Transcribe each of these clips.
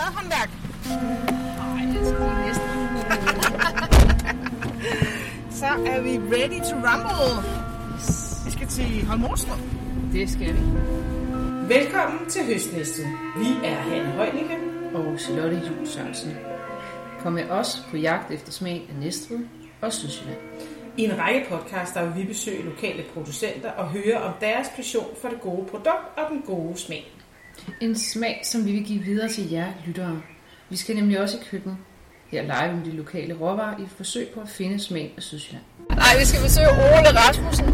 madhåndværk. Nej, det er næsten. Så er vi ready to rumble. Vi skal til Holmorstrup. Det skal vi. Velkommen til Høstnæstet. Vi er Hanne Højnicke og Charlotte Juhl Sørensen. Kom med os på jagt efter smagen af Næstved og Sydsjælland. I en række podcaster vil vi besøge lokale producenter og høre om deres passion for det gode produkt og den gode smag. En smag, som vi vil give videre til jer lyttere. Vi skal nemlig også i køkken her live med de lokale råvarer i et forsøg på at finde smagen af Sydsjælland. Nej, vi skal besøge Ole Rasmussen,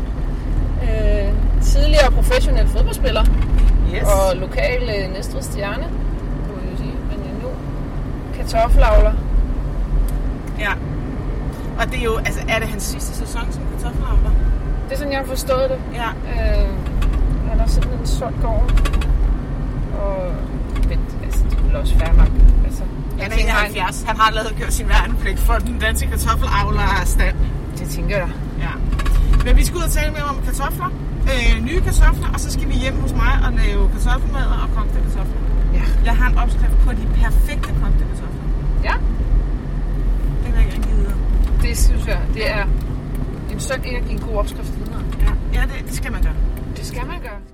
tidligere professionel fodboldspiller og lokal Næstved stjerne, kunne jeg sige, men nu kartoffelavler. Ja, og det er jo, altså er det hans sidste sæson som kartoffelavler? Det er sådan, jeg har forstået det. Ja. Han har simpelthen solgt gården, og altså, det er også fair nok. Altså, han er 71. Han har gjort sin værnepligt for den danske kartoffelavlerstand. Det tænker jeg. Ja. Men vi skal ud og tale mere om kartofler. Nye kartofler, og så skal vi hjem hos mig og lave kartoffelmad og kogte kartofler. Ja. Jeg har en opskrift på de perfekte kogte kartofler. Ja. Det vil jeg gerne give videre. Det synes jeg, det er en synd ikke at give en god opskrift videre. Ja, det skal man gøre. Det skal man gøre.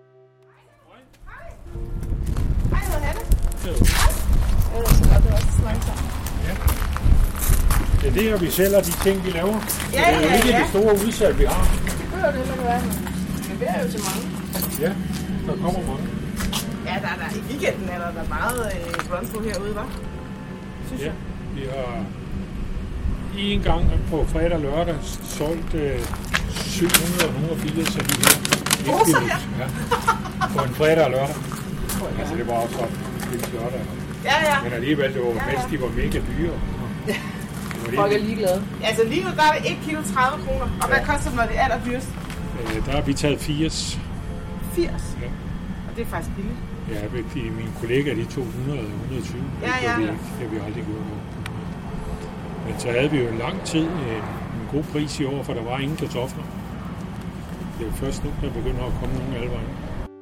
Hej, jeg hedder Hanne. Jeg ved så godt, det er også snakke sammen. Ja. Det er det, og vi sælger de ting, vi laver. Ja, det er jo ikke det store udsalg, vi har. Det behøver det heller ikke være, men det er jo til mange. Ja, der kommer mange. Ja, der i weekenden er der meget run på herude, hva'? Synes Ja, jeg. vi har en gang på fredag og lørdag solgt 700 og 180, så vi her. Så her? Ja, på en fredag og lørdag. Altså, det var også godt. Det lørdag. Ja. Men alligevel, det var mens de var mega dyre. Ja. Folk er ligeglade. Altså lige nu der er det 1 kilo 30 kroner. Og hvad koster det, når det er allerdyrest? Der har vi taget 80. 80? Ja. Og det er faktisk billigt. Ja, mine kollegaer, de tog 100 og 120. Ja. Det har vi aldrig gjort. Men så havde vi jo en lang tid en god pris i år, for der var ingen kartofler. Det er først nu, der begynder at komme nogle alle vejen.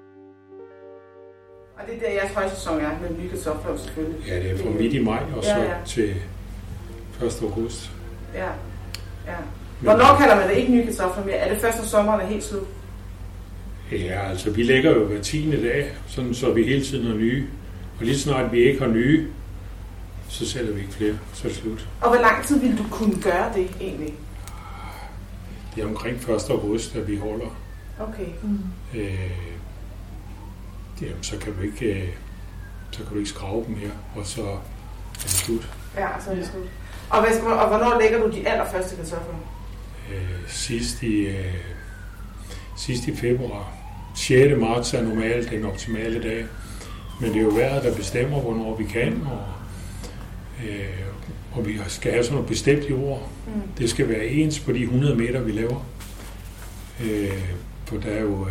Og det er der, jeres højsæson er med nye kartofler selvfølgelig. Ja, det er fra midt i maj og så til 1. august. Ja. Hvornår kalder man det ikke nye kartofler mere? Er det først, når sommeren er helt slut? Ja, altså vi lægger jo hver 10. dag, sådan så vi hele tiden har nye. Og lige snart vi ikke har nye, så sælger vi ikke flere, så er det slut. Og hvor lang tid vil du kunne gøre det egentlig? Det er omkring 1. august, at vi holder. Okay. Jamen, så kan du ikke skrave dem mere, og så er det slut. Ja, så er det slut. Og hvornår lægger du de allerførste kartofler? Sidst i februar. 6. marts er normalt den optimale dag. Men det er jo vejret, der bestemmer, hvornår vi kan, og vi skal have sådan noget bestemt jord. Det skal være ens på de 100 meter, vi laver. For der er jo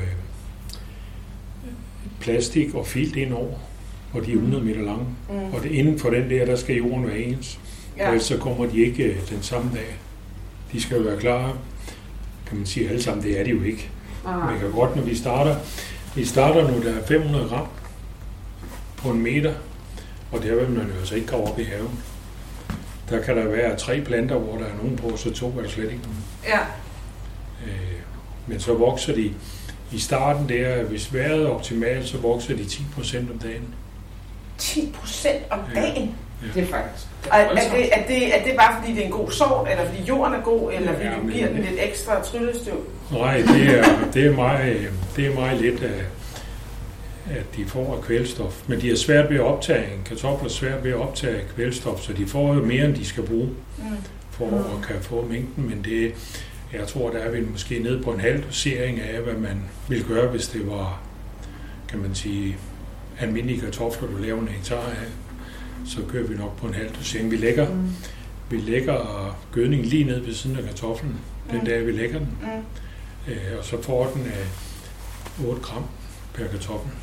plastik og filt indover, og de er 100 meter lange. Og inden for den der skal jorden være ens. Og ellers så kommer de ikke den samme dag. De skal jo være klare, kan man sige, alle sammen. Det er de jo ikke. Man kan godt, når vi starter nu, der er 500 gram på en meter, og der vil man jo altså ikke gå op i haven. Der kan der være 3 planter, hvor der er nogen på, så 2 er der slet ikke nogen. Ja. Men så vokser de i starten der, hvis vejret er optimalt, så vokser de 10% om dagen. 10% om dagen? Ja. Det er faktisk... Er det bare fordi det er en god sort, eller fordi jorden er god, eller fordi du giver den lidt ekstra tryllestøv? Nej, det er meget let, at de får af kvælstof. Men de er svært ved at optage, kartofler er svært ved at optage kvælstof, så de får jo mere, end de skal bruge, for at kan få mængden. Men det, jeg tror, der er vi måske nede på en halv dosering af, hvad man ville gøre, hvis det var, kan man sige, almindelige kartofler, du laver en hektar af. Så kører vi nok på en halv dosering. Vi lægger gødningen lige ned ved siden af kartoflen, den dag vi lægger den. Og så får den 8 gram per kartoffel.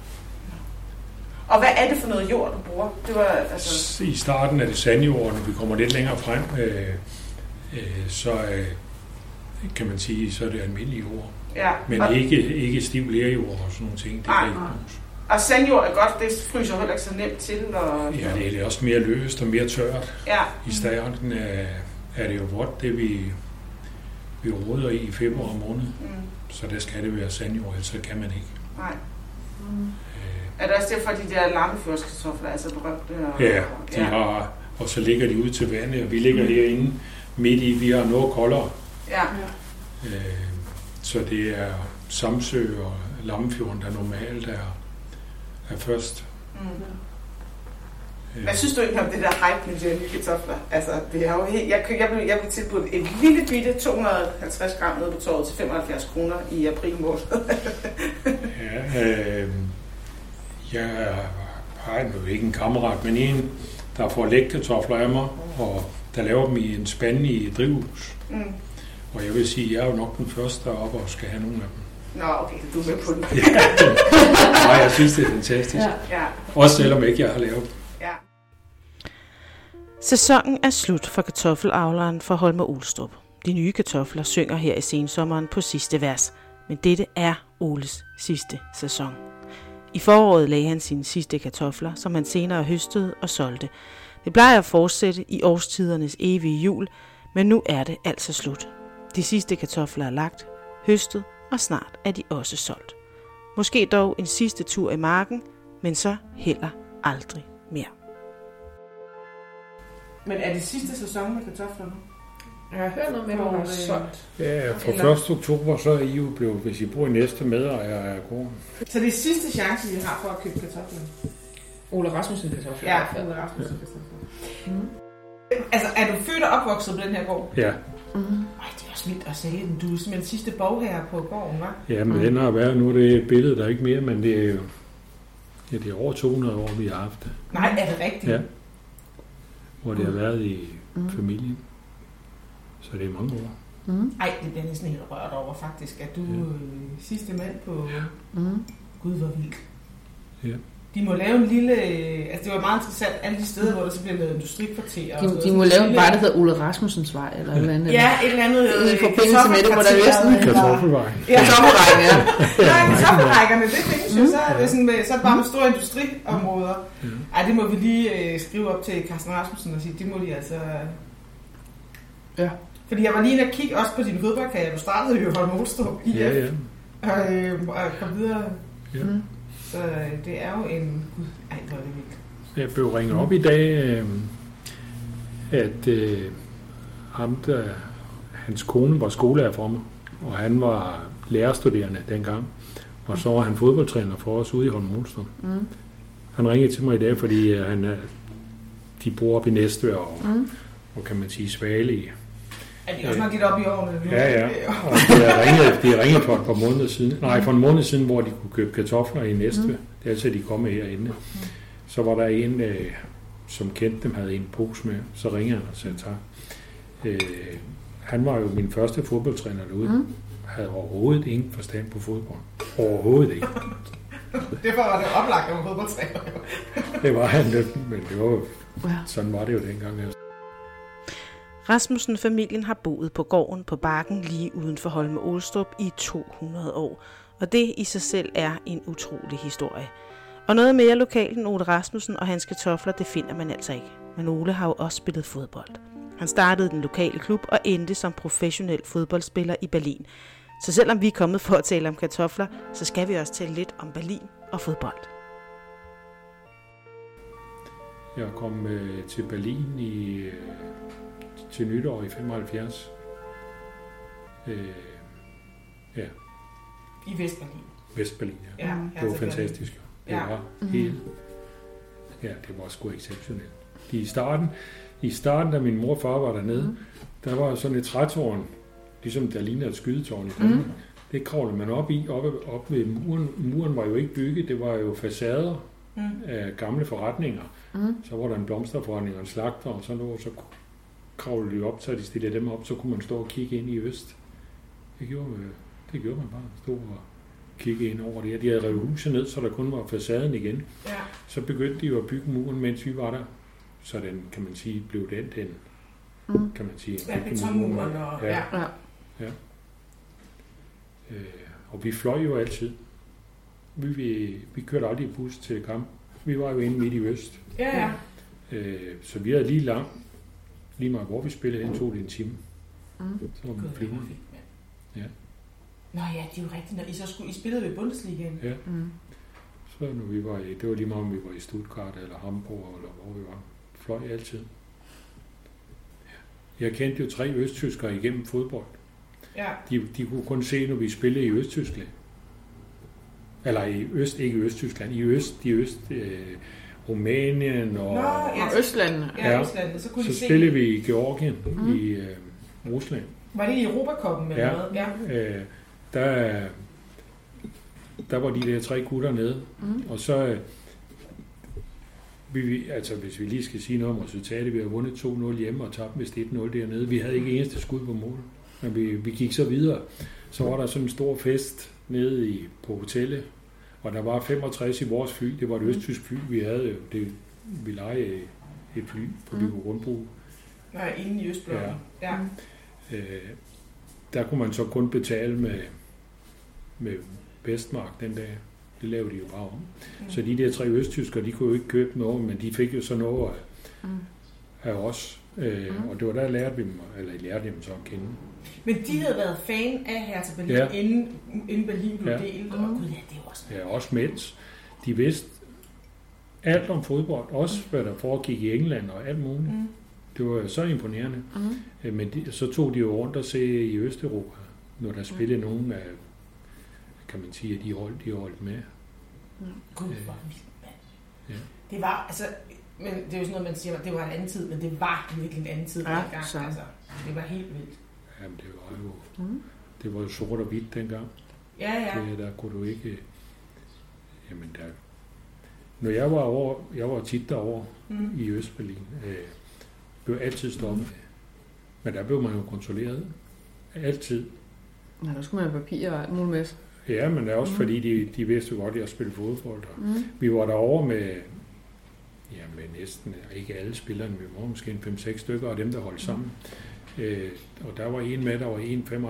Og hvad er det for noget jord, du bruger? Det var, altså... I starten er det sandjord, når vi kommer lidt længere frem, så kan man sige, så er det almindelig jord. Ja. Men ikke stiv lerjord og sådan nogle ting. Det kan ikke bruges. Og sandjord er godt, det fryser heller ikke så nemt til. Og... Ja, det er også mere løst og mere tørt. Ja. I starten er det jo vådt, det vi roder i februar måned. Så der skal det være sandjord, ellers så kan man ikke. Nej. Er det også derfor, de der lammeførskartofler er så berømte? Ja, de har, og så ligger de ude til vandet, og vi ligger herinde midt i, vi har noget koldere. Ja. Så det er Samsø og Lammefjorden, der normalt er først. Hvad synes du ikke om det der hype med de nye kartofler? Altså, det er jo helt... Jeg blev tilbudt et lille bitte 250 gram nede på torvet til 75 kroner i april måned. Jeg har jo ikke en kammerat, men en, der får lægkartofler af mig, og der laver dem i en spande i et drivhus. Og jeg vil sige, at jeg er jo nok den første deroppe og skal have nogle af dem. Nå, okay, du er med på det. Nej, jeg synes, det er fantastisk. Ja. Også selvom ikke jeg har lavet dem. Ja. Sæsonen er slut for kartoffelavleren fra Holme Olstrup. De nye kartofler synger her i sensommeren på sidste vers. Men dette er Oles sidste sæson. I foråret lagde han sine sidste kartofler, som han senere høstede og solgte. Det plejer at fortsætte i årstidernes evige jul, men nu er det altså slut. De sidste kartofler er lagt, høstet, og snart er de også solgt. Måske dog en sidste tur i marken, men så heller aldrig mere. Men er det sidste sæson med kartofler nu? Jeg har hørt noget med, at du har solgt. Ja, fra 1. oktober, så er I jo blevet, hvis I bor i næste medejer af gården. Så det er sidste chance, I har for at købe kartofler? Ole Rasmussen kartofler. Ja, Ole Rasmussen kartofler. Altså, er du født og opvokset på den her gård? Ja. Ej, det er også vildt at sælge den. Du er simpelthen sidste bogherre på gården, hva'? Ja, men den har været, nu er det et billede, der er ikke mere, men det er jo det er over 200 år, vi har haft det. Nej, er det rigtigt? Ja. Hvor det har været i familien. Så det er mange år. Ej, det bliver næsten helt rørt over faktisk, at du sidste mand på... Gud, hvor vildt. Ja. De må lave en lille... Altså, det var meget interessant, alle de steder, hvor der så bliver lavet industrikvarter. De må lave en vej, der hedder Ole Rasmussens vej, eller et eller andet. Ja, et eller andet... I forbindelse med det, hvor der er sådan... Kartoffelvejen. Ja, Kartoffelvejen, ja. Nej, kartoffelrækkerne, det findes jo. Så er det sådan, så er det bare med store industriområder. Ej, det må vi lige skrive op til Carsten Rasmussen og sige, det må de altså... Ja. Fordi jeg var lige inde og kigge også på din fodboldkarriere. Du startede jo i Holme Olstrup IF. Ja. Og kom videre. Ja. Så det er jo en... Ej, hvor er det vildt. Jeg blev ringet op i dag, at hans kone var skolelærer for mig, og han var lærerstuderende dengang. Og så var han fodboldtræner for os ude i Holme Olstrup. Han ringede til mig i dag, fordi de bor oppe i Næstved og kan man sige Svale i. Er de også nok lidt op i årene? Ja. Og de ringede for et par måneder siden. Nej, for en måned siden, hvor de kunne købe kartofler i Næstved. Det er altså, de kom herinde. Så var der en, som kendte dem, havde en pose med. Så ringede han og sagde tak. Han var jo min første fodboldtræner derude. Havde overhovedet ingen forstand på fodbold. Overhovedet ikke. Derfor var det oplagt om fodboldtræner. Det var han, men det var sådan var det jo dengang. Rasmussen-familien har boet på gården på Bakken lige uden for Holme Olstrup i 200 år, og det i sig selv er en utrolig historie. Og noget mere lokalt end Ole Rasmussen og hans kartofler, det finder man altså ikke. Men Ole har jo også spillet fodbold. Han startede den lokale klub og endte som professionel fodboldspiller i Berlin. Så selvom vi er kommet for at tale om kartofler, så skal vi også tale lidt om Berlin og fodbold. Jeg kom til Berlin til nytår i 75. Ja. I Vestberlin. Vestberlin, ja. Det var fantastisk. Det var helt... Ja, det var sgu exceptionelt. I starten, da min mor og far var dernede, der var sådan et trætårn, ligesom der ligner et skydetårn i Danmark. Det kravlede man op i, op ved muren. Muren var jo ikke bygget, det var jo facader af gamle forretninger. Så var der en blomsterforretning og en slagter, og så kravlede de op, så de stillede dem op, så kunne man stå og kigge ind i øst. Det gjorde man bare. Stå og kigge ind over det. De havde revet huset ned, så der kun var facaden igen. Ja. Så begyndte de jo at bygge muren, mens vi var der. Så den, kan man sige, blev den kan man sige. Ja, betonmuren og... Ja. Og vi fløj jo altid. Vi kørte aldrig i bus til kamp. Vi var jo inde midt i øst. Ja. Så vi havde lige meget hvor vi spillede, hen tog det en time. Så var vi flyvende. Ja. Nå ja, det er jo rigtigt. Når I spillede ved Bundesligaen. Ja. Så når vi var det var lige meget, om vi var i Stuttgart eller Hamburg, eller hvor vi var. Fløj altid. Jeg kendte jo 3 østtyskere igennem fodbold. Ja. De kunne kun se, når vi spillede i Østtyskland. Eller i øst, ikke i Østtyskland, i øst, Rumænien og Østlandene. Ja, Østlandene. Så spillede vi i Georgien, i Rusland. Var det i Europacupen eller noget? Ja. Der var de der 3 gutter nede, og så hvis vi lige skal sige noget om resultatet, vi har vundet 2-0 hjemme og tabt vist 1-0 dernede. Vi havde ikke eneste skud på mål, men vi gik så videre. Så var der sådan en stor fest nede på hotellet, og der var 65 i vores fly. Det var et østtysk fly, vi havde. Vi lejede et fly på Viggo Rundbro. Nej, inde i Østblokken. Ja. Der kunne man så kun betale med Vestmark den dag. Det lavede de jo bare om. Så de der 3 østtyskere, de kunne jo ikke købe noget, men de fik jo så noget af os. Og det var der lærte vi dem så at kende. Men de havde været fan af Hertha Berlin, inden Berlin blev delt. Og gud, ja, det er jo også... Ja, også mens. De vidste alt om fodbold, også hvad der foregik i England og alt muligt. Det var så imponerende. Men så tog de jo rundt og se i Østeuropa, når der spillede nogen af, kan man sige, at de holdt med. Gud, hvor vildt, mand. Ja. Det var, altså, men det er jo sådan noget, man siger, at det var en anden tid, men det var virkelig en anden tid dengang. Altså, det var helt vildt. Jamen, det var jo sort og hvidt dengang. Ja. Der kunne du ikke... Jamen, når jeg var tit derovre i Østberlin, blev altid stoppet. Men der blev man jo kontrolleret. Altid. Ja, der skulle man have papir og alt muligt med. Ja, men det er også fordi, de vidste jo godt, at jeg spillede fodbold. Vi var derovre med næsten, ikke alle spillerne, vi var måske en 5-6 stykker af dem, der holdt sammen. Og der var en med, der var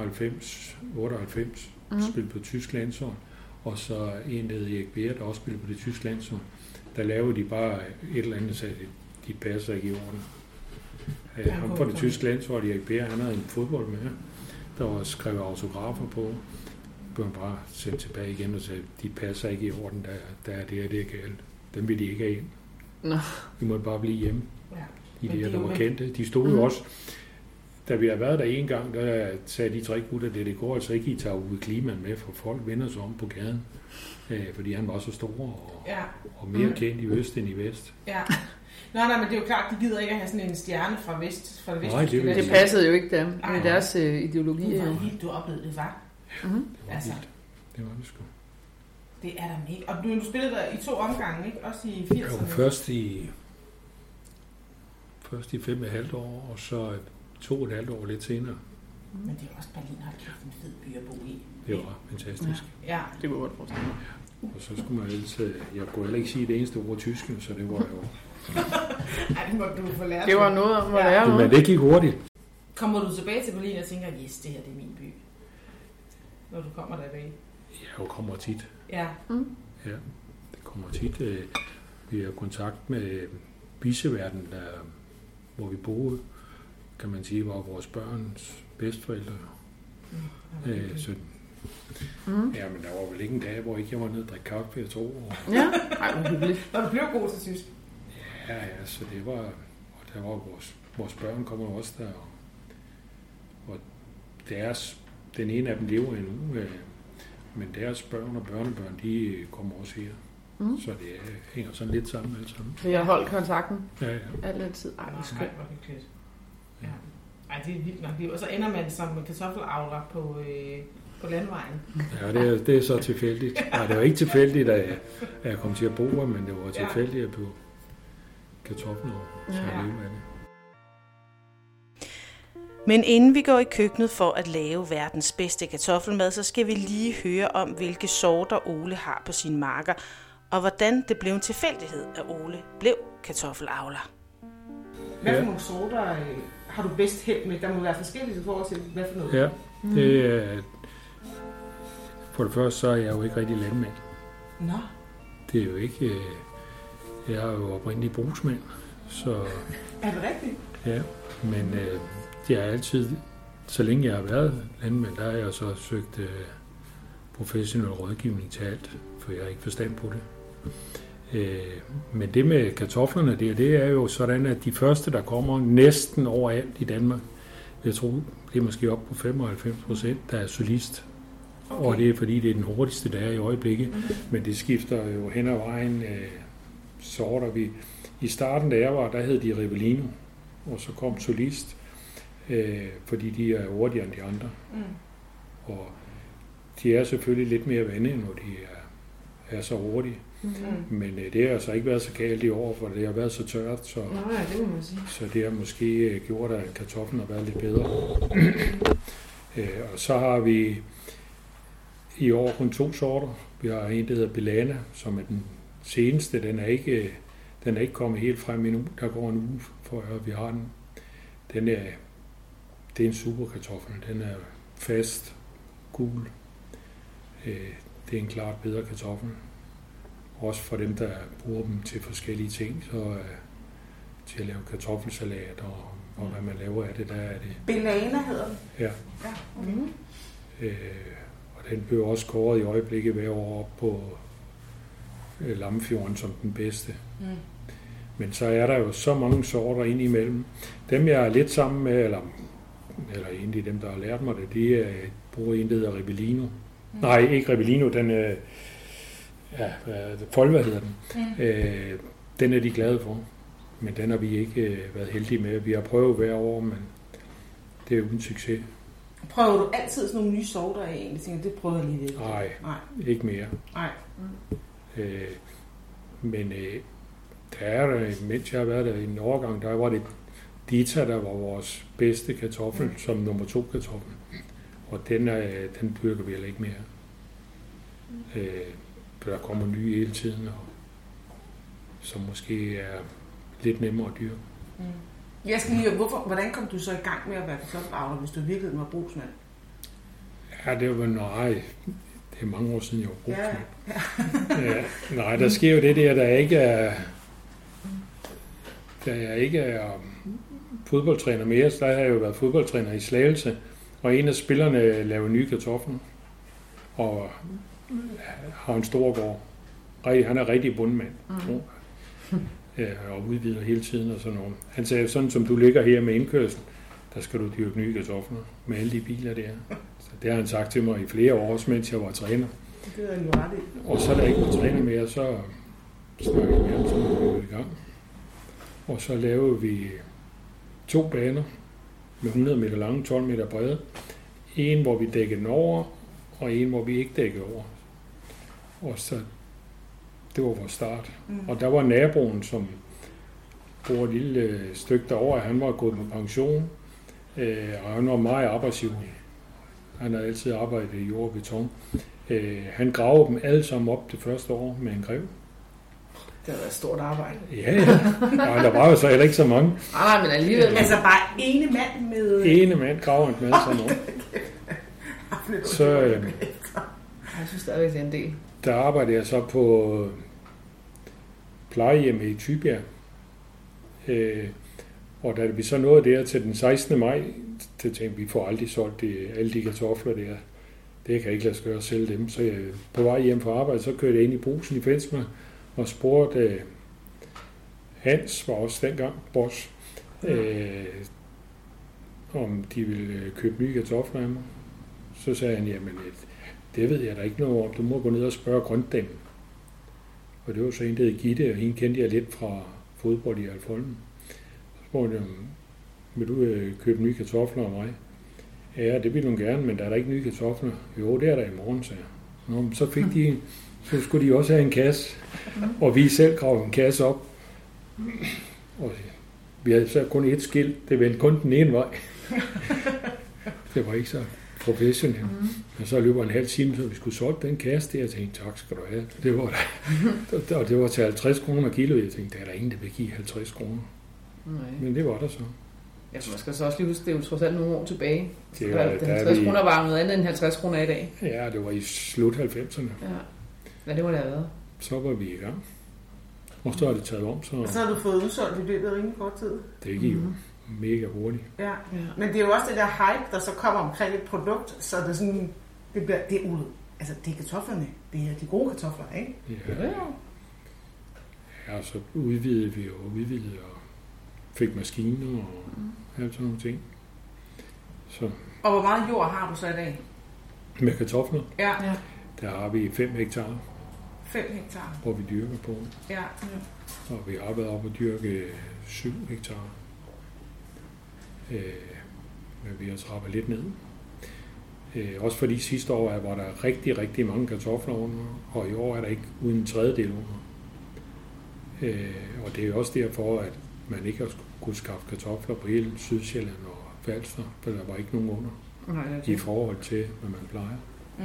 1,95, spillede på tysk landshold, og så en, der hed Erik Beer, der også spillede på det tysk landshold. Der lavede de bare et eller andet, så de passer ikke i orden. Ham fra det tyske landshold, Erik Beer, han havde en fodbold med, der var skrevet autografer på. Blev han bare sendt tilbage igen og sagde, de passer ikke i orden, der er det er galt. Dem vil de ikke have ind. Nå. Vi måtte bare blive hjemme. Ja. Der var kendte. De stod jo også, da vi har været der en gang, der sagde de 3 gutter, det går altså ikke, I tager Uwe Kliman med, for folk vender sig om på gaden. Fordi han var så stor og mere kendt i øst end i vest. Ja. Nej, men det er jo klart, de gider ikke at have sådan en stjerne fra vest. Nej, det passede jo ikke dem med deres ideologi. Det var helt, du oplevede det, var? Det var vildt. Det var det sgu. Det er der mega. Og du spillede der i 2 omgange, ikke? Også i 80'erne? Jo, først i 5,5 år, og så 2,5 år lidt senere. Men det er også Berlin, har kæft en fed by at bo i. Det var fantastisk. Ja. Det var godt forstået. Og så skulle man ellers... Jeg kunne heller ikke sige det eneste ord tysk, så det var jo... Ej, det må du få lært. Det var noget om at lære noget. Men det gik hurtigt. Kommer du tilbage til Berlin og tænker, yes, det her det er min by? Når du kommer tilbage? Jeg kommer tit. Ja. Ja, det kommer tit. Vi har kontakt med Biseverden, hvor vi boede, kan man sige, var vores børns bedsteforældre. Ja, men der var vel ikke en dag, hvor ikke jeg var nede og drikke kaffe, jeg tror. Ja, ej, hvor hyggeligt. Når du blev god til tysk. Ja, så det var, og der var vores børn kommer også der, og den ene af dem lever endnu, men deres børn og børnebørn, de kommer også her. Så det hænger sådan lidt sammen alle sammen. Vi har holdt kontakten? Ja. Alt tid. Ej, det er skønt. Hvor hyggeligt. Ja. Ej, det er vildt nok. Og så ender man som kartoffelavler på landvejen. Ja, det er så tilfældigt. Nej, det var ikke tilfældigt, at jeg kom til at bo her, men det var tilfældigt, at jeg blev kartoffelavler. Så jeg lever af det. Men inden vi går i køkkenet for at lave verdens bedste kartoffelmad, så skal vi lige høre om, hvilke sorter Ole har på sine marker, og hvordan det blev en tilfældighed, at Ole blev kartoffelavler. Hvad for nogle sorter har du bedst held med? Der må være forskellige i forhold til, hvad for noget? Ja, det er... For det første, så er jeg jo ikke rigtig landmand. Nå. Det er jo ikke... Jeg er jo oprindelig brugsmand, så... Er det rigtigt? Ja, men jeg er altid... Så længe jeg har været landmand, der har jeg så søgt professionel rådgivning til alt, for jeg har ikke forstand på det. Men det med kartoflerne, det er jo sådan, at de første, der kommer næsten overalt i Danmark, jeg tror, det er måske op på 95%, der er solist. Okay. Og det er fordi, det er den hurtigste, der er i øjeblikket. Men det skifter jo hen ad vejen sorter vi. I starten, da jeg var, der hed de Rivellino, og så kom solist, fordi de er hurtigere end de andre. Og de er selvfølgelig lidt mere vande, når de er så hurtige. Men det har altså ikke været så galt i år, for det har været så tørt, så, det må man sige. Så det har måske gjort, at kartoflen har været lidt bedre. Og så har vi i år kun 2 sorter. Vi har en, der hedder Belana, som er den seneste. Den er ikke kommet helt frem endnu. Der går en uge, for vi har den. Det er en superkartoffel. Den er fast, gul. Det er en klart bedre kartoffel. Også for dem, der bruger dem til forskellige ting, så til at lave kartoffelsalat og hvad man laver af det, der er det. Belana hedder den? Ja. Og den bliver også kåret i øjeblikket hver år op på Lammefjorden som den bedste. Men så er der jo så mange sorter ind imellem. Dem jeg er lidt sammen med, eller egentlig dem, der har lært mig det, de bruger en, der hedder Rivellino. Nej, ikke Rivellino, den Folva hedder den. Den er de glade for, men den har vi ikke været heldige med. Vi har prøvet hver år, men det er uden succes. Prøver du altid sådan nogle nye sorter af egentlig? Tænker, det prøver jeg lige lidt. Nej, ikke mere. Nej. Men der er, mens jeg har været der i en overgang, der var det Dita, der var vores bedste kartoffel, som nummer 2 kartoffel. Og den dyrker vi heller ikke mere. Der kommer nye hele tiden, og som måske er lidt nemmere at dyrke. Jeg skal lige høre, hvordan kom du så i gang med at være kartoffelavler, hvis du virkelig var brugsmand? Ja, det var det er mange år siden, jeg var brugsmand. Nej, der sker jo det der, der ikke er fodboldtræner mere, så der har jeg jo været fodboldtræner i Slagelse, og en af spillerne laver nye kartofler, og har en stor gård. Han er rigtig bundmand. Og udvider hele tiden og sådan noget. Han sagde, sådan som du ligger her med indkørsel, der skal du dyrke nye kartofler med alle de biler der. Så det har han sagt til mig i flere år, mens jeg var træner. Det er jo ret i. Og så er der ikke nogen træner mere, så snakker vi med ham, så er vi i gang. Og så lavede vi 2 baner med 100 meter lange, 12 meter brede. En, hvor vi dækkede den over, og en, hvor vi ikke dækkede over. Og så, det var vores start. Og der var naboen, som bor et lille stykke derovre, han var gået på pension, og han var meget arbejdsivrig. Han har altid arbejdet i jord og beton. Han gravede dem alle sammen op det første år med en grev. Det har været et stort arbejde. Ja. Der var jo så heller ikke så mange. Nej, men alligevel. Altså bare ene mand med... Ene mand graver en masse sådan noget. Så jeg synes stadigvæk, det er en del. Der arbejdede jeg så på plejehjemmet i Tybjerg. Og da vi så nåede der til den 16. maj, så tænkte vi får aldrig solgt alle de kartofler der. Det kan ikke lade sig gøre at sælge dem. Så jeg, på vej hjem fra arbejde, så kørte jeg ind i Brugsen i Fensmark og spurgte Hans, var også dengang boss, om de ville købe nye kartofler af mig. Så sagde han, jamen det ved jeg da ikke noget om. Du må gå ned og spørge grøntdæmmen. Og det var så en, der hed Gitte, og hende kendte jeg lidt fra fodbold i Alfolden. Så spurgte jeg, vil du købe nye kartofler af mig? Ja, det ville hun gerne, men der er der ikke nye kartofler. Jo, det er der i morgen, sagde jeg. Nå, så fik de, så skulle de også have en kasse, og vi selv gravede en kasse op. Og vi havde så kun et skilt, det vendte kun den ene vej. Det var ikke så professionelt. Og så løber en halv time, så vi skulle solgte den kasse der. Jeg tænkte, tak skal du have. Det var der. Og det var til 50 kroner kilo. Jeg tænkte, der er der ingen, der vil give 50 kroner. Nej. Men det var der så. Ja, man skal så også lige huske, det er jo trods alt nogle år tilbage. Det var, 50 kroner var noget andet end 50 kroner i dag. Ja, det var i slut 90'erne. Ja. Ja, det må det have været. Så var vi i gang. Og så har det taget om. Så har du fået udsolgt i løbet af rimelig kort tid. Det gik jo mega hurtigt. Ja, men det er jo også det der hype, der så kommer omkring et produkt, så det er sådan, det er altså det er kartoflerne, det er de gode kartofler, ikke? Ja, så udvidede vi og fik maskiner og alt sådan nogle ting. Så. Og hvor meget jord har du så i dag? Med kartofler? Ja. Der har vi 5 hektar. 5 hektar. Hvor vi dyrker på. Ja. Og vi har været oppe og dyrke 7 hektar. Men vi har trappet lidt ned. Også fordi sidste år var der rigtig, rigtig mange kartofler under, og i år er der ikke uden en tredjedel under. Og det er også derfor, at man ikke har kunne skaffe kartofler på hele Sydsjælland og Falster, for der var ikke nogen under i forhold til, hvad man plejer.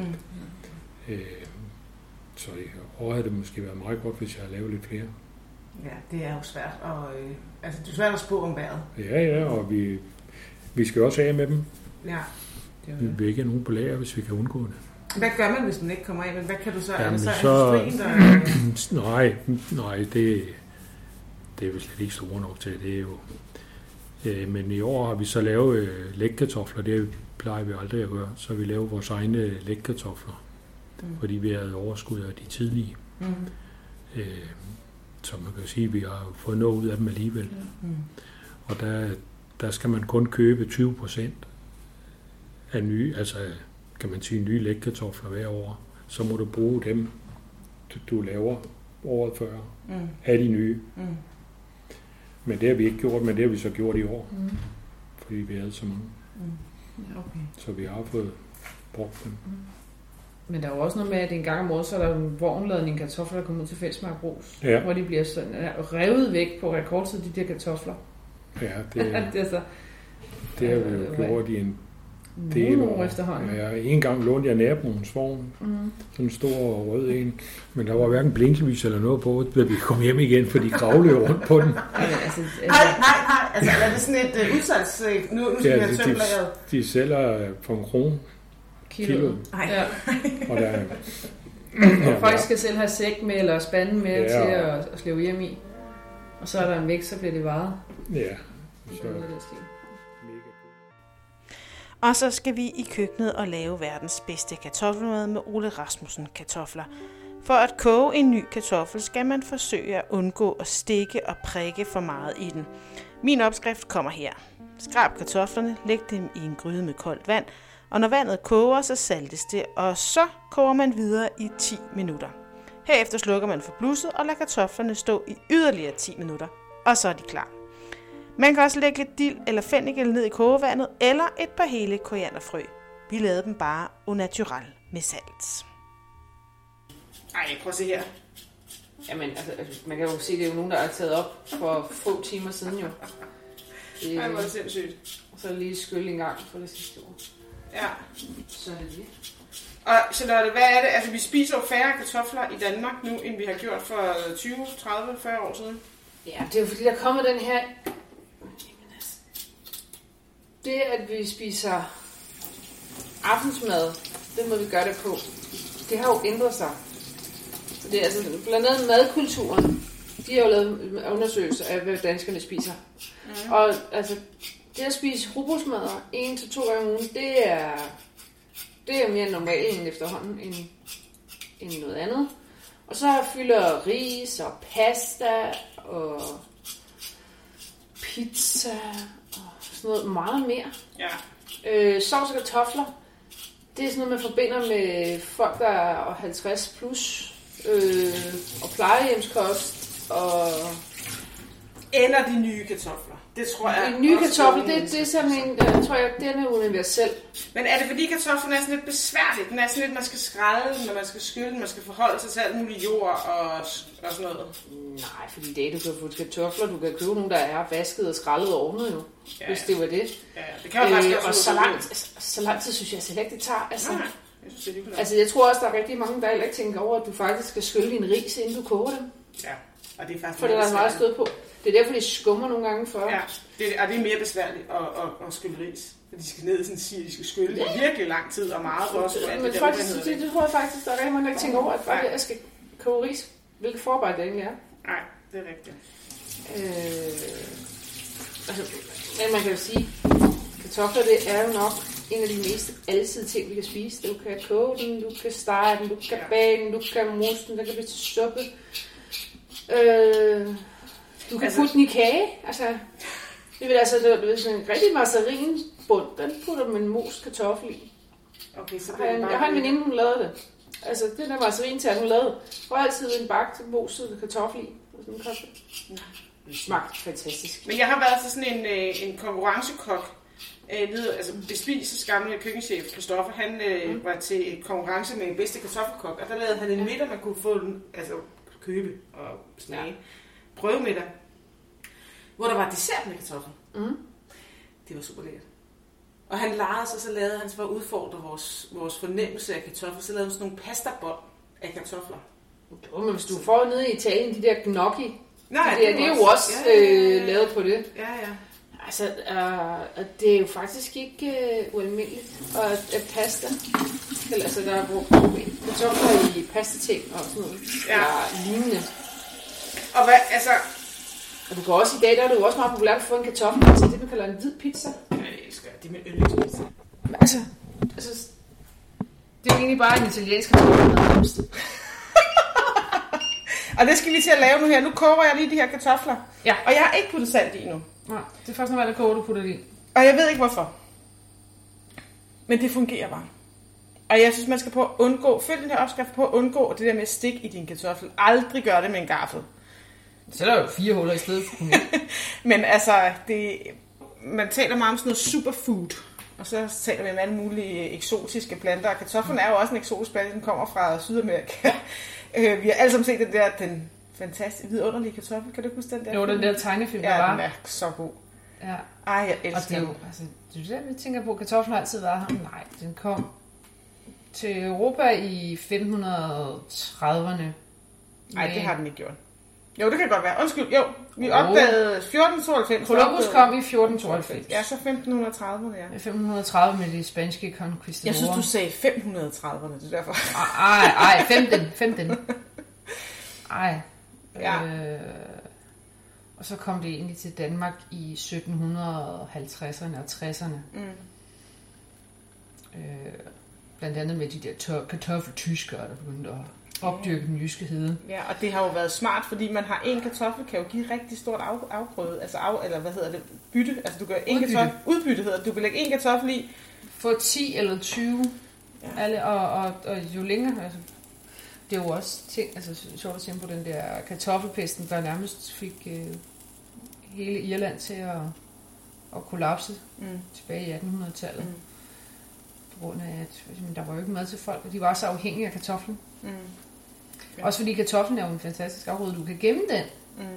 Så i år havde det måske været meget godt, hvis jeg havde lavet lidt flere. Ja, det er jo svært. Altså, det er svært at spå om vejret. Ja, og vi skal også af med dem. Ja. Vi vil ikke have nogen på lager, hvis vi kan undgå det. Hvad gør man, hvis man ikke kommer af? Men hvad kan du så? Jamen, er det så industrien, der... Nej, det er vi slet ikke store nok til. Det er jo... Men i år har vi så lavet lægkartofler. Det plejer vi aldrig at gøre. Så vi laver vores egne lægkartofler. Fordi vi havde overskud af de tidlige. Så man kan sige, at vi har fået noget ud af dem alligevel. Og der skal man kun købe 20% af nye, altså kan man sige nye lægkartofler hver år. Så må du bruge dem, du laver året før, af de nye. Men det har vi ikke gjort, men det har vi så gjort i år. Fordi vi havde så mange. Okay. Så vi har fået brugt dem. Men der er jo også noget med, at en gang om året, så er der en vognladning kartofler, der kommer ud til Fællesmark Brugs, hvor de bliver sådan revet væk på rekordtid, de der kartofler. Ja, det har vi jo gjort i en del år efterhånden. Ja, en gang lånte jeg naboens vogn, sådan en stor rød en, men der var hverken blinklys eller noget på, da vi kom hjem igen, for de kravlede rundt på den. Nej, altså er det sådan et udsalgs... Nu skal vi have tømlageret. De sælger for en krone. Kilo. Ja. Og folk skal selv have sæk med eller spande med til at slæve hjem i. Og så er der en vægt, så bliver det varet. Ja. Og så skal vi i køkkenet og lave verdens bedste kartoffelmad med Ole Rasmussen kartofler. For at koge en ny kartoffel skal man forsøge at undgå at stikke og prikke for meget i den. Min opskrift kommer her. Skrab kartoflerne, læg dem i en gryde med koldt vand, og når vandet koger, så saltes det, og så koger man videre i 10 minutter. Herefter slukker man for blusset og lader kartoflerne stå i yderligere 10 minutter, og så er de klar. Man kan også lægge lidt dild eller fennikel ned i kogevandet, eller et par hele korianderfrø. Vi lavede dem bare au naturel med salt. Ej, prøv at se her. Jamen, altså, man kan jo se, det er jo nogen, der er taget op for få timer siden jo. Ej, hvor er det sindssygt. Og så lige skylle en gang for det sidste år. Ja. Så er det det. Og Charlotte, hvad er det? Altså, vi spiser jo færre kartofler i Danmark nu, end vi har gjort for 20, 30, 40 år siden. Ja, det er jo fordi, der kommer den her... Det, at vi spiser aftensmad, den måde vi gør det på, det har jo ændret sig. Det er altså blandt andet madkulturen. De har jo lavet undersøgelser af, hvad danskerne spiser. Og altså, det at spise rugbrødsmadder 1 til 2 gange om ugen, det er mere normalt end efterhånden end noget andet. Og så fylder ris og pasta og pizza og sådan noget meget mere. Ja. Sovs og kartofler, det er sådan noget, man forbinder med folk, der er 50 plus, og plejehjemskost og... Eller de nye kartofler. Det tror jeg. De nye kartofler, det er simpelthen, tror jeg, det er universel. Men er det fordi kartoflen er sådan lidt besværligt? Den er sådan lidt, man skal skrælle den, når man skal skylle den, man skal forholde sig til alt muligt jord og sådan noget? Nej, fordi det er, du kan få kartofler, du kan købe nogle, der er vasket og skrællet og ordnet jo, hvis det var det. Ja, det kan man faktisk også. Og så lang tid synes jeg slet ikke, det tager. Altså, nej, jeg synes, det er altså, jeg tror også, der er rigtig mange, der ikke tænker over, at du faktisk skal skylle din ris, inden du koger dem. Ja, og det er faktisk for det er der meget stød på. Det er derfor, de skummer nogle gange for. Ja, det er mere besværligt at skylle ris. For de skal ned i sådan en side, de skal skylle i virkelig lang tid og meget for os. Men faktisk, det tror jeg faktisk, der er rigtig mange, der ikke tænker over, at jeg skal koge ris. Hvilket forarbejde det egentlig er. Nej, det er rigtigt. Men man kan jo sige, kartofler, det er jo nok en af de mest alsidige ting, vi kan spise. Du kan koge den, du kan stege den, du kan bage den, du kan mose den, der kan blive til suppe. Du kan putte den i kage. Altså, det er sådan en rigtig mazarinbund. Den putter man en mos kartoffel i. Okay, så jeg har en veninde, hun lavede det. Altså, det der mazarin til, at hun lavede. Der var altid en bagt moset kartoffel i. Sådan en kaffe. Det smagte fantastisk. Men jeg har været til sådan en konkurrencekok. Altså Bespises gamle køkkenchef Christoffer, han var til et konkurrence med en bedste kartoffelkok, og der lavede han en middag, man kunne få den, altså købe og smage. Prøvemiddag, hvor der var dessert med kartoffel. Det var super lækkert. Og han legede sig, så lavede han for at udfordre vores fornemmelse af kartofler, så lavede han sådan nogle pastabånd af kartofler. Men hvis du får nede i Italien, de der gnocchi, nej, det er jo også lavet på det. Ja. Altså, det er jo faktisk ikke ualmindeligt at pasta. Altså, der er brugt kartofler i pastating og sådan noget. Ja. Lignende. Og hvad, altså... Og du kan også i dag, der er det jo også meget populært at få en kartoffelpizza. Det man kalder en hvid pizza. Ja, det elsker jeg. Det er min yndlingspizza. Altså, det er jo egentlig bare en italiensk kartoffelmad. Og det skal vi til at lave nu her. Nu koger jeg lige de her kartofler. Ja. Og jeg har ikke puttet salt i nu. Nej, det er først når jeg koger, du putter det i. Og jeg ved ikke hvorfor. Men det fungerer bare. Og jeg synes, man skal prøve at undgå, følg den her opskrift på at undgå det der med at stikke i din kartoffel. Aldrig gør det med en gaffel. Så er der jo 4 huller i stedet for. Men altså, man taler meget om sådan noget superfood. Og så taler vi om alle mulige eksotiske planter. Og kartoflen er jo også en eksotisk plante, den kommer fra Sydamerika. Vi har alle sammen set den fantastisk vidunderlige kartoffel. Kan du huske den der? Jo, den der tegnefilm, der var. Ja, den er så god. Ja. Ej, jeg elsker den. Og det er jo det, vi tænker på. Kartoflen har altid været her. Nej, den kom til Europa i 1530'erne. Nej, det har den ikke gjort. Jo, det kan godt være. Undskyld, jo. Vi opdagede 1492. Columbus kom i 1492. Ja, så 1530'erne, ja. 1530 med de spanske conquistadorer. Jeg synes, du sagde 530'erne, det er derfor. Ej, 15. Ej. Ja. Og så kom det egentlig til Danmark i 1750'erne og 60'erne. Blandt andet med de der kartoffeltyskere, der begyndte at opdyrke den jyske hede. Ja, og det har jo været smart, fordi man har en kartoffel, kan jo give rigtig stort afgrøde, altså eller hvad hedder det, bytte, altså du kan udbytte hedder det, du kan lægge en kartoffel i. Få 10 eller 20, alle, og jo længere, altså, det er jo også ting, altså sjovt at tænke på den der kartoffelpesten, der nærmest fik hele Irland til at kollapse tilbage i 1800-tallet. På grund af, at der var jo ikke mad til folk, og de var så afhængige af kartoflen. Ja. Også fordi kartoflen er jo en fantastisk afgrøde, du kan gemme den.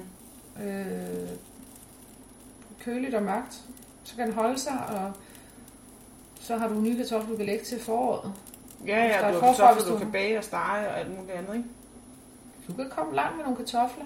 Køligt og mørkt, så kan den holde sig, og så har du nye kartofler, du kan lægge til foråret. Ja, du har kartofler, du kan bage og stege og alt muligt andet, ikke? Du kan komme langt med nogle kartofler.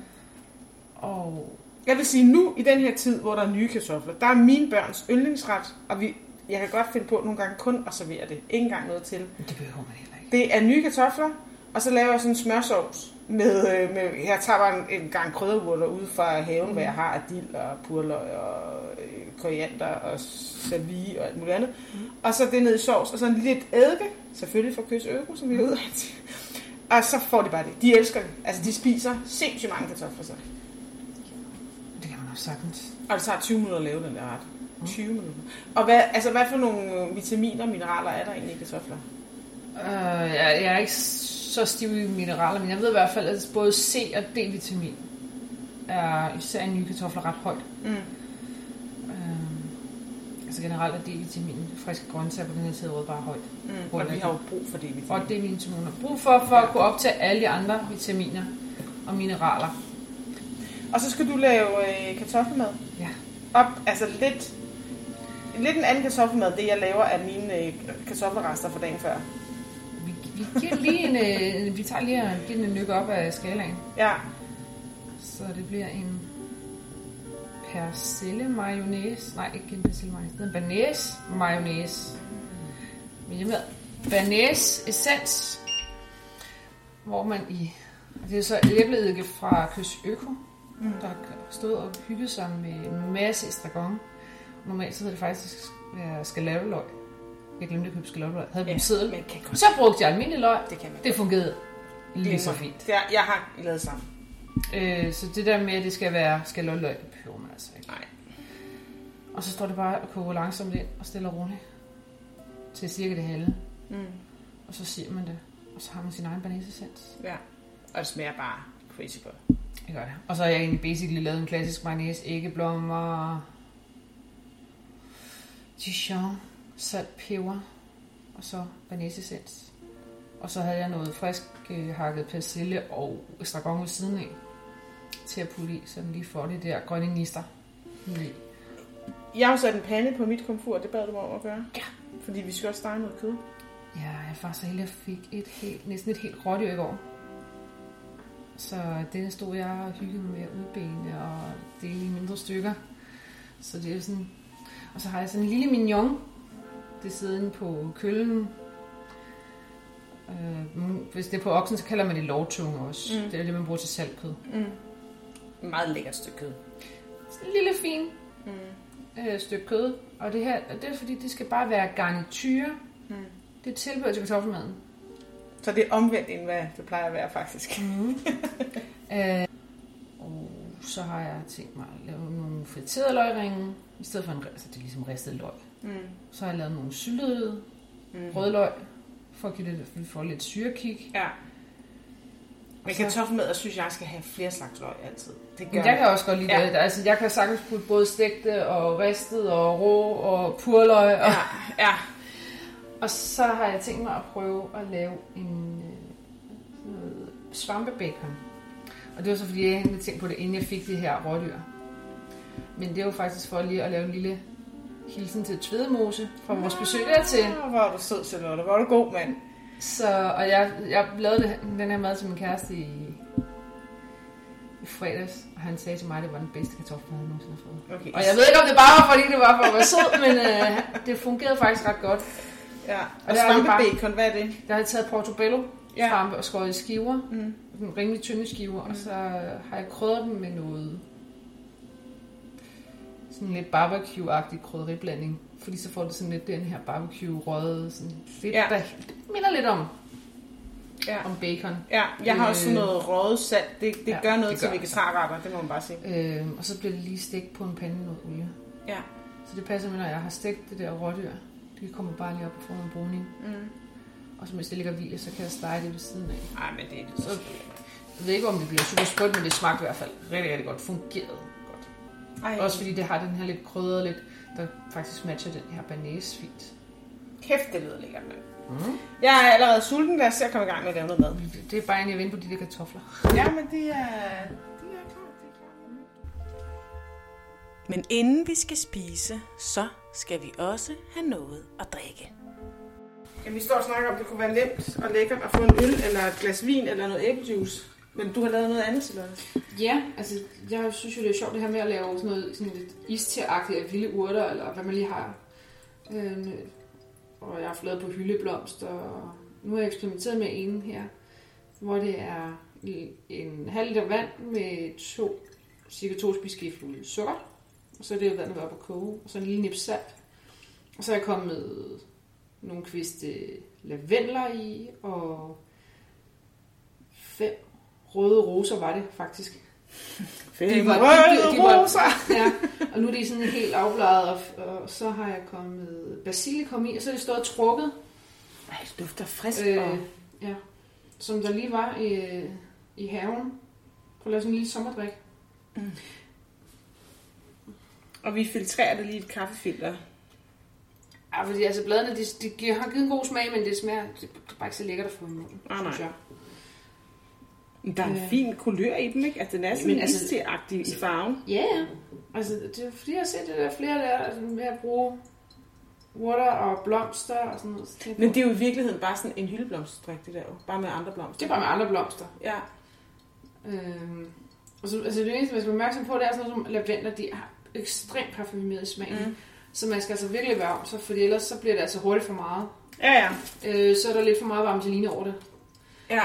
Og jeg vil sige, nu i den her tid, hvor der er nye kartofler, der er mine børns yndlingsret, og jeg kan godt finde på nogle gange kun at servere det. Ikke engang noget til. Det behøver man heller ikke. Det er nye kartofler, og så laver jeg sådan en smørsovs med jeg tager bare en gang krydderurter ude fra haven, hvor jeg har af dild og purløg og koriander og salvie og alt muligt andet. Og så det ned i sovs, og så lidt eddike, selvfølgelig fra Køs Øko, som vi er ude af. Og så får de bare det. De elsker det. Altså, de spiser sindssygt mange kartofler så. Det kan man også sagtens. Og det tager 20 minutter at lave den der ret. 20 minutter. Og hvad for nogle vitaminer og mineraler er der egentlig i kartofler? Jeg er ikke så stiv i mineraler, men jeg ved i hvert fald, at både C og D-vitamin er især i nye kartofler ret højt. Altså generelt er D-vitamin, friske grøntsager på den her tid bare højt. Og vi har jo brug for D-vitamin. Og D-vitamin har brug for at kunne optage alle de andre vitaminer og mineraler. Og så skal du lave kartoffelmad? Ja. Altså lidt en anden kartoffelmad, det jeg laver af mine kartoffelrester fra dagen før. Vi giver lige vi tager lige en nykke op af skalaen. Ja. Så det bliver en persille mayonnaise. Nej, ikke en persille mayonnaise. Det er en banæs mayonnaise. Med banæs essens. Hvor man det er så æbleeddike fra Kys Øko, der har stået og hygget sig med en masse estragon. Normalt så hedder det faktisk skalotteløg. Jeg glemte at købe skalotteløg. Havde vi siddel. Så brugte jeg almindelig løg. Det fungerede lige så fint. Jeg har lavet sammen. Så det der med, at det skal være skalotteløg, det behøver man altså ikke. Nej. Og så står det bare og koger langsomt ind og stille og roligt. Til cirka det halve. Og så siger man det. Og så har man sin egen banæsessens. Ja. Og det smager bare crazy godt. Det gør det. Og så har jeg egentlig basically lavet en klassisk mayonnaise, æggeblommer, Dijon, salt, peber, og så banæsessens. Og så havde jeg noget frisk hakket persille og estragon ved siden af til at putte i, så den lige får det der grønne gnister. Jeg har sat en pande på mit komfur, det bad du mig om at gøre. Ja. Fordi vi skal også stege noget kød. Ja, jeg er faktisk så heldig, at jeg fik næsten et helt rådyr i går. Så den stod jeg og hyggede med at udbene og dele i mindre stykker. Så det er sådan. Og så har jeg sådan en lille mignon. Det sidder inde på køllen. Hvis det er på oksen, så kalder man det lårtunge også. Det er det, man bruger til saltkød. Meget lækkert stykke kød. Sådan en lille fin stykke kød. Og det her, det er fordi, det skal bare være garnityr. Det er tilbehør til kartoffelmaden. Så det er omvendt, end hvad det plejer at være, faktisk. Og så har jeg tænkt mig at lave nogle friterede løgringe, i stedet for altså det er ligesom ristet løg. Så har jeg lavet nogle syltede rødløg, for at give det, for lidt syrekick. Ja. Men kartoffelmad, synes jeg skal have flere slags løg altid. Det gør jeg kan også godt lide det. Altså, jeg kan sagtens putte både stegte og ristet og rå og purløg. Og ja. Og så har jeg tænkt mig at prøve at lave en svampebacon. Og det var så fordi, jeg havde tænkt på det, inden jeg fik det her rådyr. Men det var faktisk for lige at lave en lille hilsen til Tvedemose fra vores besøg dertil. Hvor er du sød, Charlotte. Hvor er du god, mand. Og jeg lavede den her mad til min kæreste i fredags, og han sagde til mig, at det var den bedste kartoffel, jeg havde nogensinde fået. Okay. Og jeg ved ikke, om det bare var, fordi det var for at være sød, men det fungerede faktisk ret godt. Ja, og svampebacon, hvad er det? Der har jeg taget portobello svampe og skåret i skiver, rimelig tynde skiver, og så har jeg krydret dem med noget sådan lidt barbecue-agtig krydderiblanding, fordi så får det sådan lidt den her barbecue-røde, sådan lidt, der minder lidt om bacon. Ja, jeg har også sådan noget røget salt. Det gør noget til vegetarretter, det må man bare sige. Og så bliver det lige stegt på en pande med noget olie. Ja. Så det passer med, når jeg har stegt det der rådyr. Det kommer bare lige op og får en bruning. Og så hvis det ligger hvilet, så kan jeg stege det ved siden af. Ej, men det er det så. Jeg ved ikke, om det bliver super sprødt, men det smagte i hvert fald rigtig, rigtig godt. Fungerede godt. Ej. Også fordi det har den her lidt krydret lidt, der faktisk matcher den her banæs fint. Kæft, det lyder lækkert, mand. Jeg er allerede sulten, lad os se at komme i gang med at lave noget mad. Det er bare en, jeg venter på de der kartofler. Ja, men det er klart. Men inden vi skal spise, så skal vi også have noget at drikke. Jamen, vi står og snakker om, det kunne være nemt og lækkert at få en øl eller et glas vin eller noget æblejuice. Men du har lavet noget andet, Charlotte. Ja, altså jeg synes jo, det er sjovt det her med at lave sådan noget sådan lidt iste-agtigt af vilde urter, eller hvad man lige har. Og jeg har fået lavet på hyldeblomster, og nu har jeg eksperimenteret med en her, hvor det er en halv liter vand med cirka 2 spiseskefulde sukker. Og så er det vandet op at koge, og så en lille nip salt. Og så er jeg kommet med nogle kviste lavendler i, og 5 røde roser var det faktisk. 5 røde roser! Ja, og nu er de sådan helt afbladet, og så har jeg kommet basilikum i, og så er det stået trukket. Ej, det dufter frisk. Ja, som der lige var i haven. Prøv at lave sådan en lille sommerdrik. Og vi filtrerer det lige et kaffefilter. Ja, fordi altså bladene, de har givet en god smag, men det smager, det er bare ikke så lækkert at få i munden, synes jeg. Der er en fin kulør i dem, ikke? Altså, den er sådan iste-agtig i farven. Ja, altså, det er fordi, jeg har set det der flere der, altså, med at bruge urter og blomster og sådan noget. Men det er jo i virkeligheden bare sådan en hyldeblomstdrik, det der jo. Bare med andre blomster. Det er bare med andre blomster. Ja. Og så, altså, det eneste, man skal være opmærksom på, det er sådan noget som lavendler, de ekstremt parfumeret i smagen. Så man skal altså virkelig være om sig, for ellers så bliver det altså hurtigt for meget. Ja. Så er der lidt for meget varmeline over det. Ja.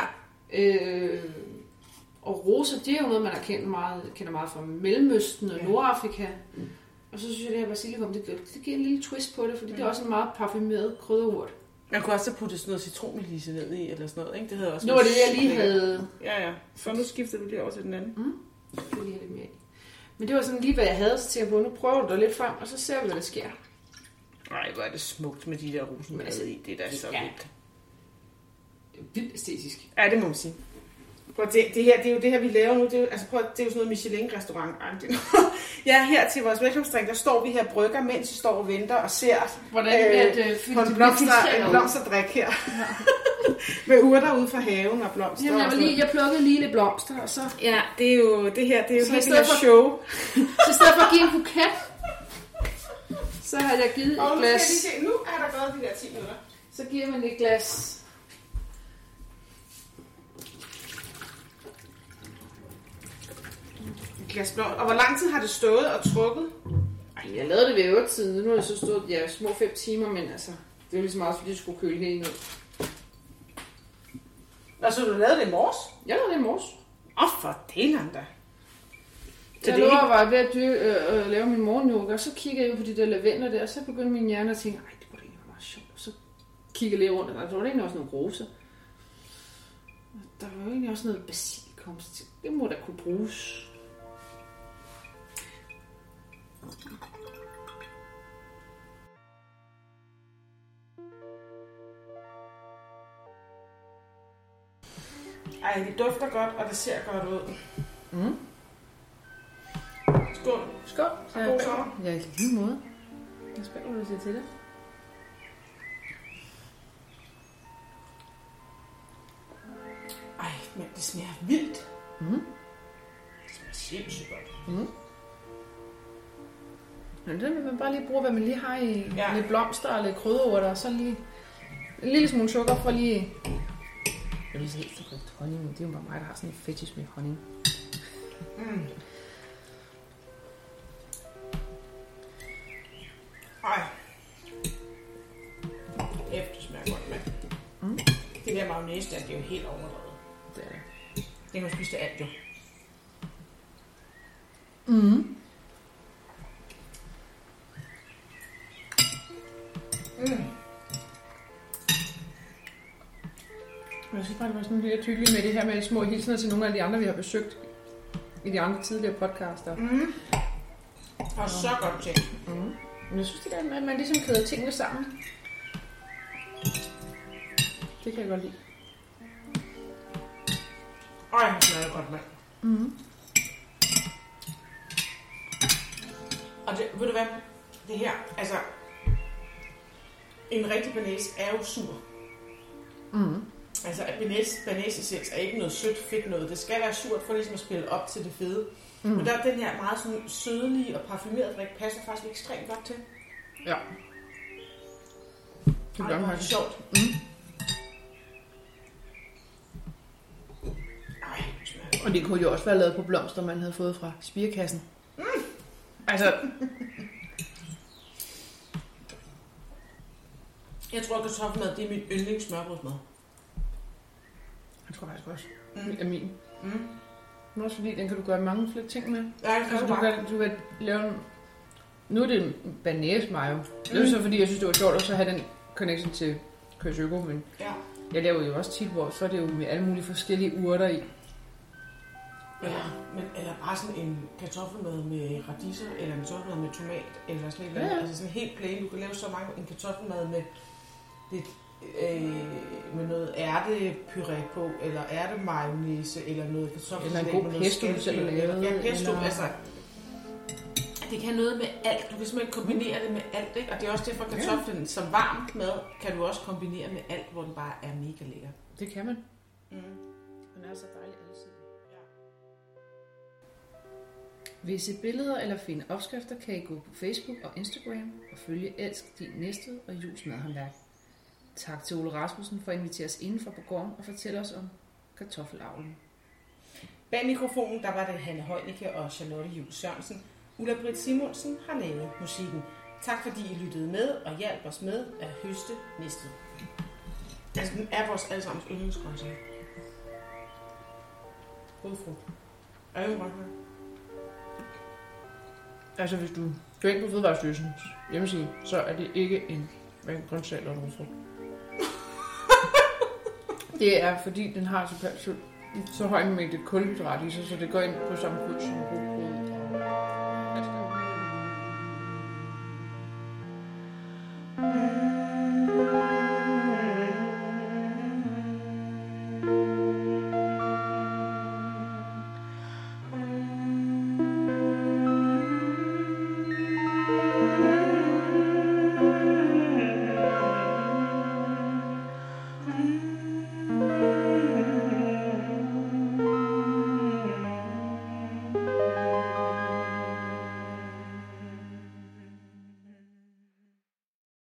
Og roser, det er jo noget, man kender meget fra Mellemøsten og Nordafrika. Og så synes jeg, det her basilikum, det giver en lille twist på det, fordi det er også en meget parfumeret krydderurt. Man kunne også have puttet sådan noget citronmelisse ned i, eller sådan noget, ikke? Det havde også... Nu var det, jeg lige havde... Ja. Så nu skifter du det over til den anden. Det skal lige have lidt mere i. Men det var sådan lige, hvad jeg havde, så tænkte jeg på, nu prøver du dig lidt frem, og så ser vi, hvad der sker. Nej, hvor er det smukt med de der rosenblade i. Det er da så vildt. Vildt æstetisk. Ja, det må man sige. Prøv, det her, det er jo det her, vi laver nu. Det er jo, altså, prøv, det er jo sådan noget Michelin-restaurant. Ja, her til vores velkomstdrink, der står vi her brygger, mens vi står og venter og ser på en blomsterdrik her. Ja. Med urter ude fra haven og blomster. Jamen, jeg plukkede lige lidt blomster, og så... Ja, det er jo det her, det er jo helt det show. Så i stedet for at give en buket, så har jeg givet et glas... Nu er der gået de der 10 minutter. Så giver man et glas... Og hvor lang tid har det stået og trukket? Ej, jeg lavede det ved 8-tiden. Nu har det så stået små 5 timer, men altså, det er jo ligesom også, fordi det skulle køle helt ned. Og så du lavede det i morges? Jeg lavede det i morges. For delen da. Jeg var ved at lave min morgenyoga, og så kigger jeg på de der lavender der, og så begyndte min hjerne at tænke, det kunne da egentlig være meget sjovt. Og så kigger jeg lidt rundt, og der var egentlig også noget rosa. Og der var jo egentlig også noget basilikum. Det må da kunne bruges. Ej, det dufter godt, og det ser godt ud. Skål. Skål. God sommer. Ja, i lige måde. Jeg spænder, hvad du siger til det. Ej, men det smager vildt. Det smager sindssygt godt. Men det vil man bare lige bruge, hvad man lige har i lidt blomster og lidt krydderurter, og så lige en lille smule sukker for lige... Jeg vil sige helt så godt honning, det er jo bare mig, der har sådan en fetish med honning. Ej. Det smager godt med. Det der mayonnaise der, det er jo helt overdrevet. Det er det. Det kan man spise til alt jo. Jeg synes bare, det var sådan lidt hyggeligt med det her med små hilsener til nogle af de andre, vi har besøgt i de andre tidligere podcaster. Og så godt til. Men jeg synes, det der med, at man ligesom kæder tingene sammen. Det kan jeg godt lide. Ej, det smager godt med. Og det, ved du hvad? Det her, altså... En rigtig banæs er jo sur. Altså, at banæsessens er ikke noget sødt fedt noget. Det skal være surt for ligesom at spille op til det fede. Men der er den her meget sådan sødlige og parfumerede drik, passer faktisk ekstremt godt til. Ja. Det er meget sjovt. Og det kunne jo også være lavet på blomster, man havde fået fra spirekassen. Altså... Jeg tror, at kartoffelmad, det er min yndlingssmørbrødsmad. Jeg tror faktisk også. Det er min. Men også fordi, den kan du gøre mange flere ting med. Ja, du kan lave en... Nu er det en banæs mayo. Det er så fordi, jeg synes, det var sjovt også at have den connection til Køsøko, men jeg laver jo også tit, hvor så er det jo med alle mulige forskellige urter i. Eller bare sådan en kartoffelmad med radiser, eller en kartoffelmad med tomat, eller sådan noget. Altså sådan helt plain. Du kan lave så mange en kartoffelmad med med noget ærtepuré på, eller ærtemayonnaise, eller noget kartoffelsalat. Eller en god pesto, du selv har lavet. Ja, pesto, altså... Det kan noget med alt. Du kan simpelthen kombinere det med alt, ikke? Og det er også det for kartoflen. Som varmt mad kan du også kombinere med alt, hvor den bare er mega lækker. Det kan man. Den er så dejlig altid. Vil I se billeder eller finde opskrifter, kan I gå på Facebook og Instagram og følge Elsk Din Næstved og Jules Madhåndværk. Tak til Ole Rasmussen for at invitere os indenfor på gården og fortælle os om kartoffelavlen. Bag mikrofonen, der var det Hanne Højnicke og Charlotte Jules Sørensen. Ulla-Britt Simonsen har lavet musikken. Tak fordi I lyttede med og hjalp os med at høste Næstved. Altså, den er vores allesammens yndlingsgrøntsager. Rødfrugt. Er jo godt her. Altså, hvis du går ind på Fødevarestyrelsens hjemmeside, så er det ikke en grøntsag eller en rødfrugt. Det er, fordi den har så høj en mængde kulhydrat i sig, så det går ind på samme fod som brug.